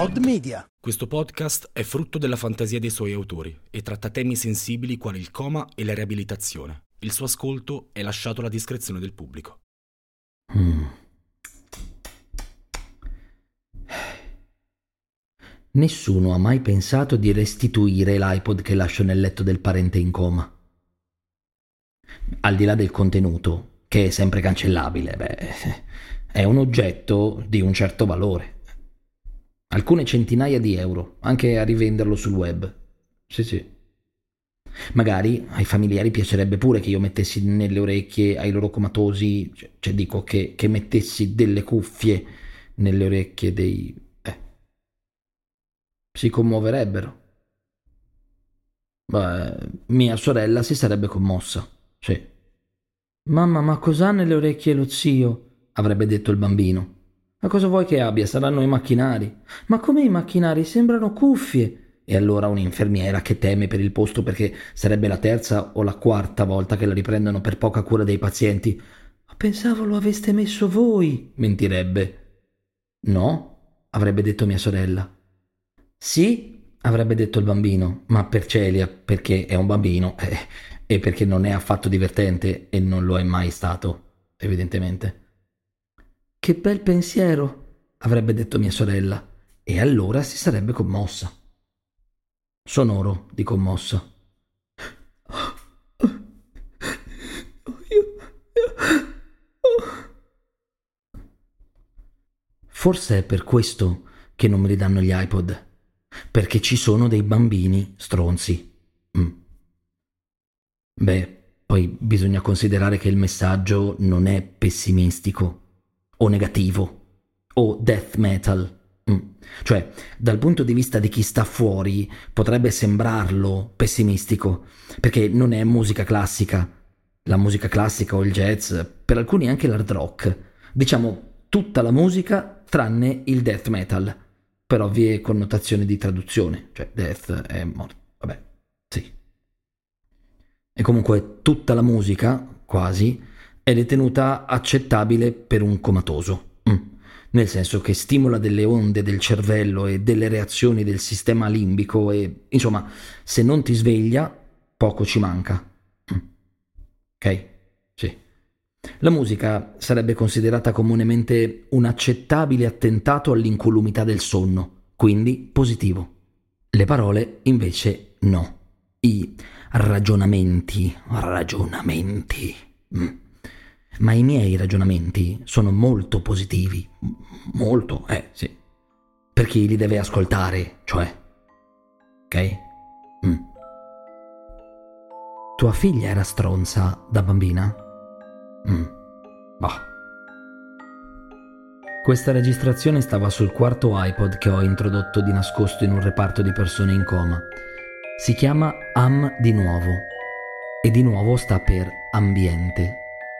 Pod Media. Questo podcast è frutto della fantasia dei suoi autori e tratta temi sensibili quali il coma e la riabilitazione. Il suo ascolto è lasciato alla discrezione del pubblico. Nessuno ha mai pensato di restituire l'iPod che lascio nel letto del parente in coma. Al di là del contenuto, che è sempre cancellabile, è un oggetto di un certo valore. Alcune centinaia di euro, anche a rivenderlo sul web. Sì. Magari ai familiari piacerebbe pure che io mettessi nelle orecchie ai loro comatosi, cioè dico che mettessi delle cuffie nelle orecchie dei... Si commuoverebbero. Mia sorella si sarebbe commossa, sì. Mamma, ma cos'ha nelle orecchie lo zio? Avrebbe detto il bambino. Ma cosa vuoi che abbia? Saranno i macchinari. Ma come i macchinari? Sembrano cuffie. E allora un'infermiera che teme per il posto perché sarebbe la terza o la quarta volta che la riprendono per poca cura dei pazienti. Ma pensavo lo aveste messo voi, mentirebbe. No, avrebbe detto mia sorella. Sì, avrebbe detto il bambino, ma per Celia, perché è un bambino e perché non è affatto divertente e non lo è mai stato, evidentemente. Che bel pensiero, avrebbe detto mia sorella, e allora si sarebbe commossa. Sonoro di commossa. Forse è per questo che non mi ridanno gli iPod. Perché ci sono dei bambini stronzi. Poi bisogna considerare che il messaggio non è pessimistico o negativo o death metal. Cioè, dal punto di vista di chi sta fuori potrebbe sembrarlo pessimistico, perché non è musica classica. La musica classica o il jazz, per alcuni anche l'hard rock. Diciamo tutta la musica tranne il death metal. Per ovvie connotazioni di traduzione, cioè death è morto, sì. E comunque tutta la musica, quasi, è ritenuta accettabile per un comatoso, nel senso che stimola delle onde del cervello e delle reazioni del sistema limbico e, insomma, se non ti sveglia, poco ci manca. Ok? Sì. La musica sarebbe considerata comunemente un accettabile attentato all'incolumità del sonno, quindi positivo. Le parole invece no. I ragionamenti. Ma i miei ragionamenti sono molto positivi. Molto, sì. Per chi li deve ascoltare, cioè. Ok? Tua figlia era stronza da bambina? Questa registrazione stava sul quarto iPod che ho introdotto di nascosto in un reparto di persone in coma. Si chiama Am di nuovo e di nuovo sta per ambiente.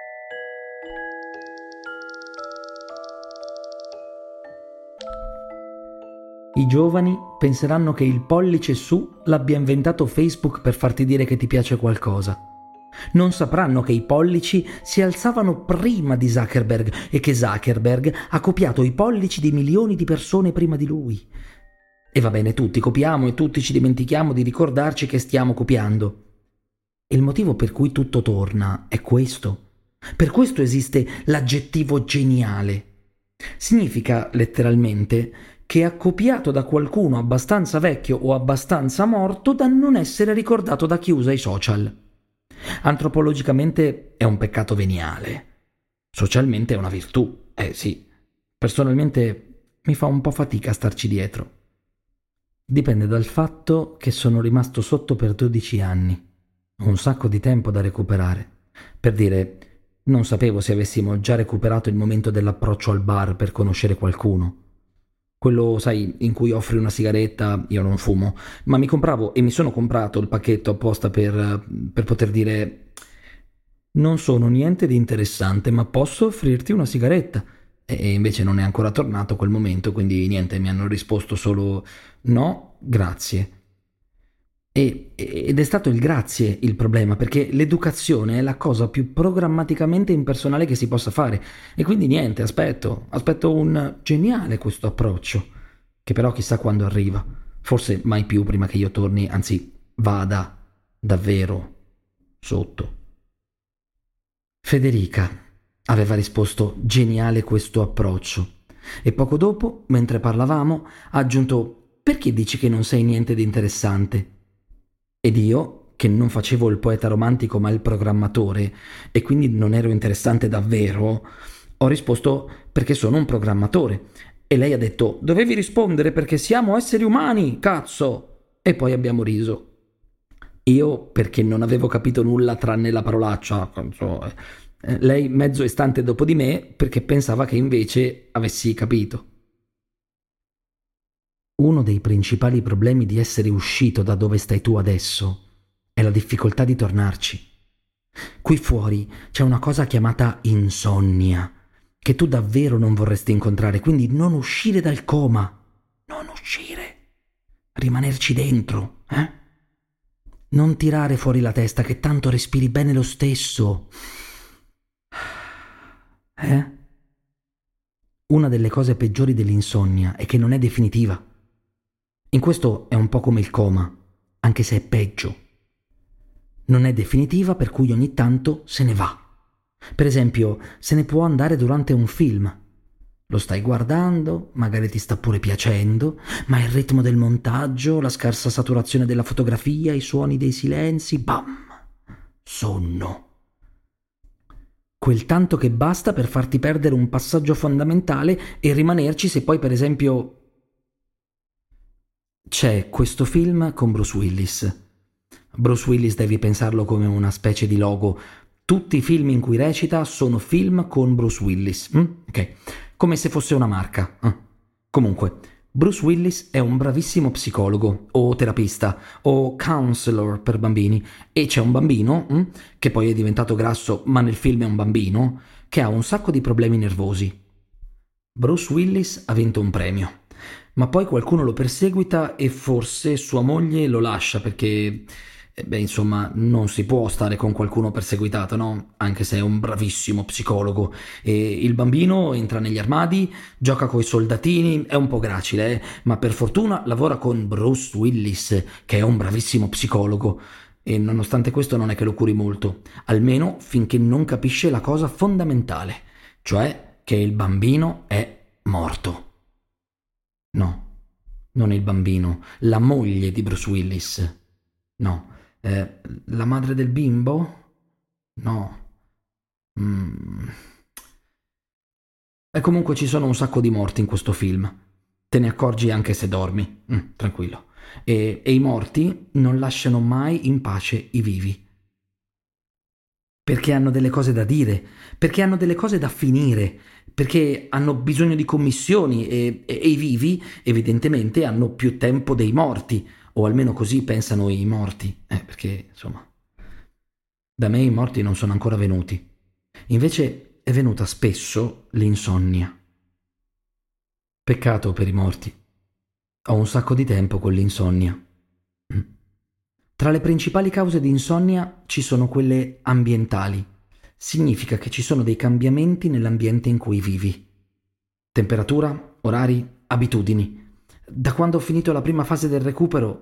I giovani penseranno che il pollice su l'abbia inventato Facebook per farti dire che ti piace qualcosa. Non sapranno che i pollici si alzavano prima di Zuckerberg e che Zuckerberg ha copiato i pollici di milioni di persone prima di lui. E va bene, tutti copiamo e tutti ci dimentichiamo di ricordarci che stiamo copiando. Il motivo per cui tutto torna è questo. Per questo esiste l'aggettivo geniale. Significa, letteralmente, che ha copiato da qualcuno abbastanza vecchio o abbastanza morto da non essere ricordato da chi usa i social. Antropologicamente è un peccato veniale. Socialmente è una virtù. Sì. Personalmente mi fa un po' fatica a starci dietro. Dipende dal fatto che sono rimasto sotto per 12 anni. Un sacco di tempo da recuperare. Per dire, non sapevo se avessimo già recuperato il momento dell'approccio al bar per conoscere qualcuno. Quello, sai, in cui offri una sigaretta, io non fumo, ma mi compravo e mi sono comprato il pacchetto apposta per poter dire non sono niente di interessante, ma posso offrirti una sigaretta. E invece non è ancora tornato quel momento, quindi niente, mi hanno risposto solo no, grazie. Ed è stato il grazie il problema, perché l'educazione è la cosa più programmaticamente impersonale che si possa fare. E quindi niente, aspetto un geniale questo approccio, che però chissà quando arriva, forse mai più prima che io torni, anzi vada davvero sotto. Federica aveva risposto geniale questo approccio e poco dopo, mentre parlavamo, ha aggiunto: perché dici che non sei niente di interessante? Ed io, che non facevo il poeta romantico ma il programmatore e quindi non ero interessante davvero, ho risposto: perché sono un programmatore. E lei ha detto: dovevi rispondere perché siamo esseri umani, cazzo! E poi abbiamo riso. Io perché non avevo capito nulla tranne la parolaccia, lei mezzo istante dopo di me perché pensava che invece avessi capito. Uno dei principali problemi di essere uscito da dove stai tu adesso è la difficoltà di tornarci. Qui fuori c'è una cosa chiamata insonnia, che tu davvero non vorresti incontrare, quindi non uscire dal coma. Non uscire. Rimanerci dentro, eh? Non tirare fuori la testa, che tanto respiri bene lo stesso. Una delle cose peggiori dell'insonnia è che non è definitiva. In questo è un po' come il coma, anche se è peggio. Non è definitiva, per cui ogni tanto se ne va. Per esempio, se ne può andare durante un film. Lo stai guardando, magari ti sta pure piacendo, ma il ritmo del montaggio, la scarsa saturazione della fotografia, i suoni dei silenzi, bam! Sonno. Quel tanto che basta per farti perdere un passaggio fondamentale e rimanerci se poi, per esempio... C'è questo film con Bruce Willis. Bruce Willis devi pensarlo come una specie di logo. Tutti i film in cui recita sono film con Bruce Willis. Ok, come se fosse una marca. Comunque, Bruce Willis è un bravissimo psicologo, o terapista, o counselor per bambini, e c'è un bambino, che poi è diventato grasso, ma nel film è un bambino, che ha un sacco di problemi nervosi. Bruce Willis ha vinto un premio, ma poi qualcuno lo perseguita e forse sua moglie lo lascia perché... insomma, non si può stare con qualcuno perseguitato, no? Anche se è un bravissimo psicologo. E il bambino entra negli armadi, gioca coi soldatini, è un po' gracile, ma per fortuna lavora con Bruce Willis, che è un bravissimo psicologo. E nonostante questo non è che lo curi molto, almeno finché non capisce la cosa fondamentale, cioè che il bambino è morto. No, non il bambino, la moglie di Bruce Willis. No. La madre del bimbo? No. E comunque ci sono un sacco di morti in questo film. Te ne accorgi anche se dormi. Tranquillo. E i morti non lasciano mai in pace i vivi. Perché hanno delle cose da dire, perché hanno delle cose da finire, perché hanno bisogno di commissioni e i vivi evidentemente hanno più tempo dei morti. O almeno così pensano i morti, perché, insomma, da me i morti non sono ancora venuti. Invece è venuta spesso l'insonnia. Peccato per i morti. Ho un sacco di tempo con l'insonnia. Tra le principali cause di insonnia ci sono quelle ambientali. Significa che ci sono dei cambiamenti nell'ambiente in cui vivi. Temperatura, orari, abitudini. Da quando ho finito la prima fase del recupero,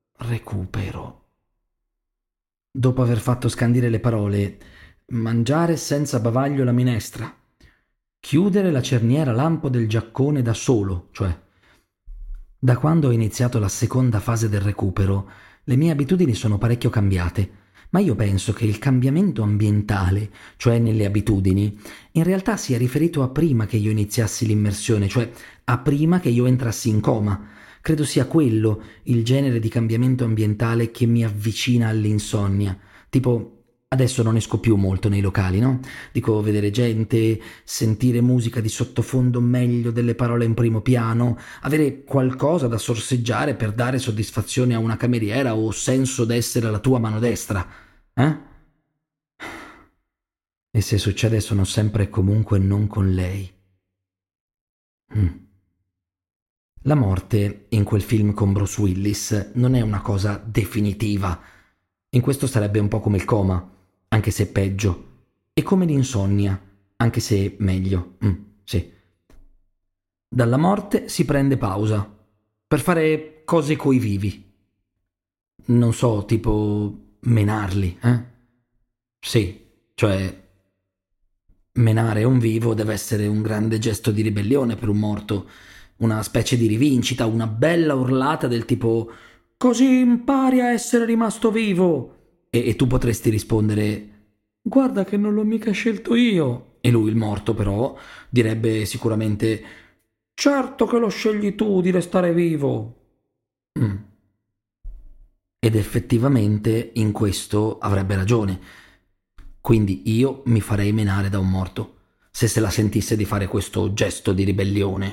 dopo aver fatto scandire le parole, mangiare senza bavaglio la minestra, chiudere la cerniera lampo del giaccone da solo, cioè, da quando ho iniziato la seconda fase del recupero, le mie abitudini sono parecchio cambiate, ma io penso che il cambiamento ambientale, cioè nelle abitudini, in realtà sia riferito a prima che io iniziassi l'immersione, cioè a prima che io entrassi in coma. Credo sia quello il genere di cambiamento ambientale che mi avvicina all'insonnia. Tipo, adesso non esco più molto nei locali, no? Dico, vedere gente, sentire musica di sottofondo meglio delle parole in primo piano, avere qualcosa da sorseggiare per dare soddisfazione a una cameriera o senso d'essere la tua mano destra, E se succede sono sempre e comunque non con lei. La morte, in quel film con Bruce Willis, non è una cosa definitiva. In questo sarebbe un po' come il coma, anche se peggio, e come l'insonnia, anche se meglio, sì. Dalla morte si prende pausa, per fare cose coi vivi. Non so, tipo menarli, eh? Sì, cioè menare un vivo deve essere un grande gesto di ribellione per un morto, una specie di rivincita, una bella urlata del tipo «Così impari a essere rimasto vivo!» E tu potresti rispondere «Guarda che non l'ho mica scelto io!» E lui, il morto, però, direbbe sicuramente «Certo che lo scegli tu di restare vivo!» Ed effettivamente in questo avrebbe ragione. Quindi io mi farei menare da un morto, se la sentisse di fare questo gesto di ribellione.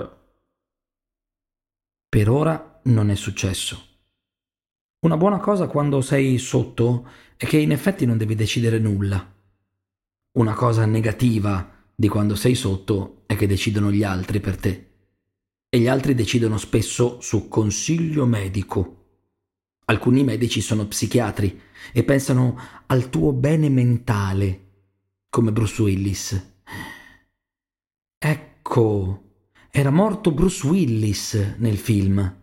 Per ora non è successo. Una buona cosa quando sei sotto è che in effetti non devi decidere nulla. Una cosa negativa di quando sei sotto è che decidono gli altri per te. E gli altri decidono spesso su consiglio medico. Alcuni medici sono psichiatri e pensano al tuo bene mentale, come Bruce Willis. Ecco, era morto Bruce Willis nel film.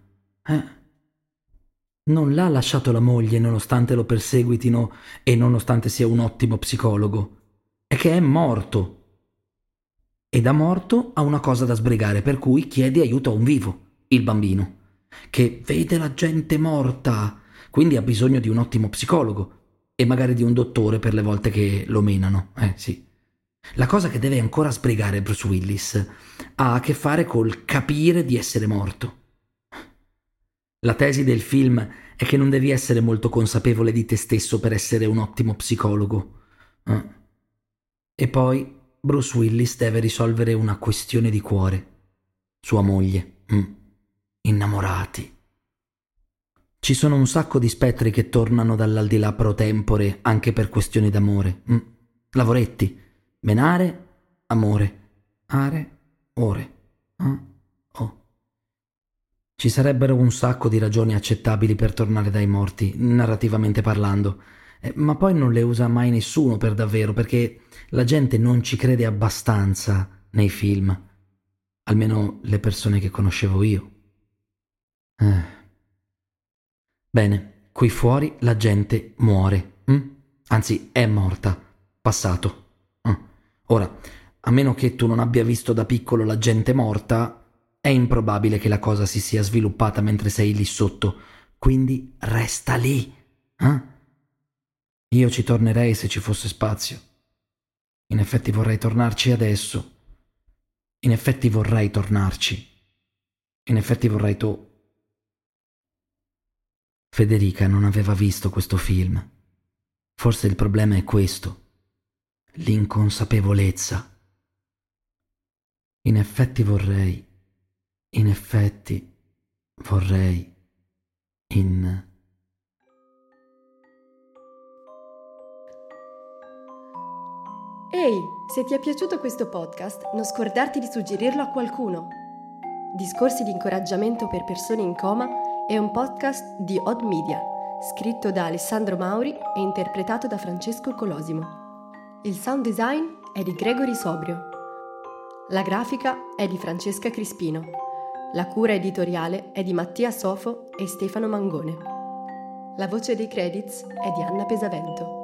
Non l'ha lasciato la moglie nonostante lo perseguitino e nonostante sia un ottimo psicologo. È che è morto. E da morto ha una cosa da sbrigare, per cui chiede aiuto a un vivo, il bambino, che vede la gente morta, quindi ha bisogno di un ottimo psicologo e magari di un dottore per le volte che lo menano. Sì. La cosa che deve ancora sbrigare Bruce Willis ha a che fare col capire di essere morto. La tesi del film è che non devi essere molto consapevole di te stesso per essere un ottimo psicologo. E poi Bruce Willis deve risolvere una questione di cuore. Sua moglie. Innamorati. Ci sono un sacco di spettri che tornano dall'aldilà pro tempore anche per questioni d'amore. Lavoretti. Menare, amore. Are, ore. Ci sarebbero un sacco di ragioni accettabili per tornare dai morti, narrativamente parlando, ma poi non le usa mai nessuno per davvero, perché la gente non ci crede abbastanza nei film, almeno le persone che conoscevo io. Bene, qui fuori la gente muore, anzi è morta, passato. Ora, a meno che tu non abbia visto da piccolo la gente morta, è improbabile che la cosa si sia sviluppata mentre sei lì sotto, quindi resta lì. Io ci tornerei se ci fosse spazio. In effetti vorrei tornarci adesso. In effetti vorrei tornarci. In effetti vorrei tu. Federica non aveva visto questo film. Forse il problema è questo. L'inconsapevolezza. In effetti vorrei. In effetti vorrei. Ehi, se ti è piaciuto questo podcast, non scordarti di suggerirlo a qualcuno. Discorsi di incoraggiamento per persone in coma è un podcast di Odd Media, scritto da Alessandro Mauri e interpretato da Francesco Colosimo. Il sound design è di Gregory Sobrio. La grafica è di Francesca Crispino. La cura editoriale è di Mattia Sofo e Stefano Mangone. La voce dei credits è di Anna Pesavento.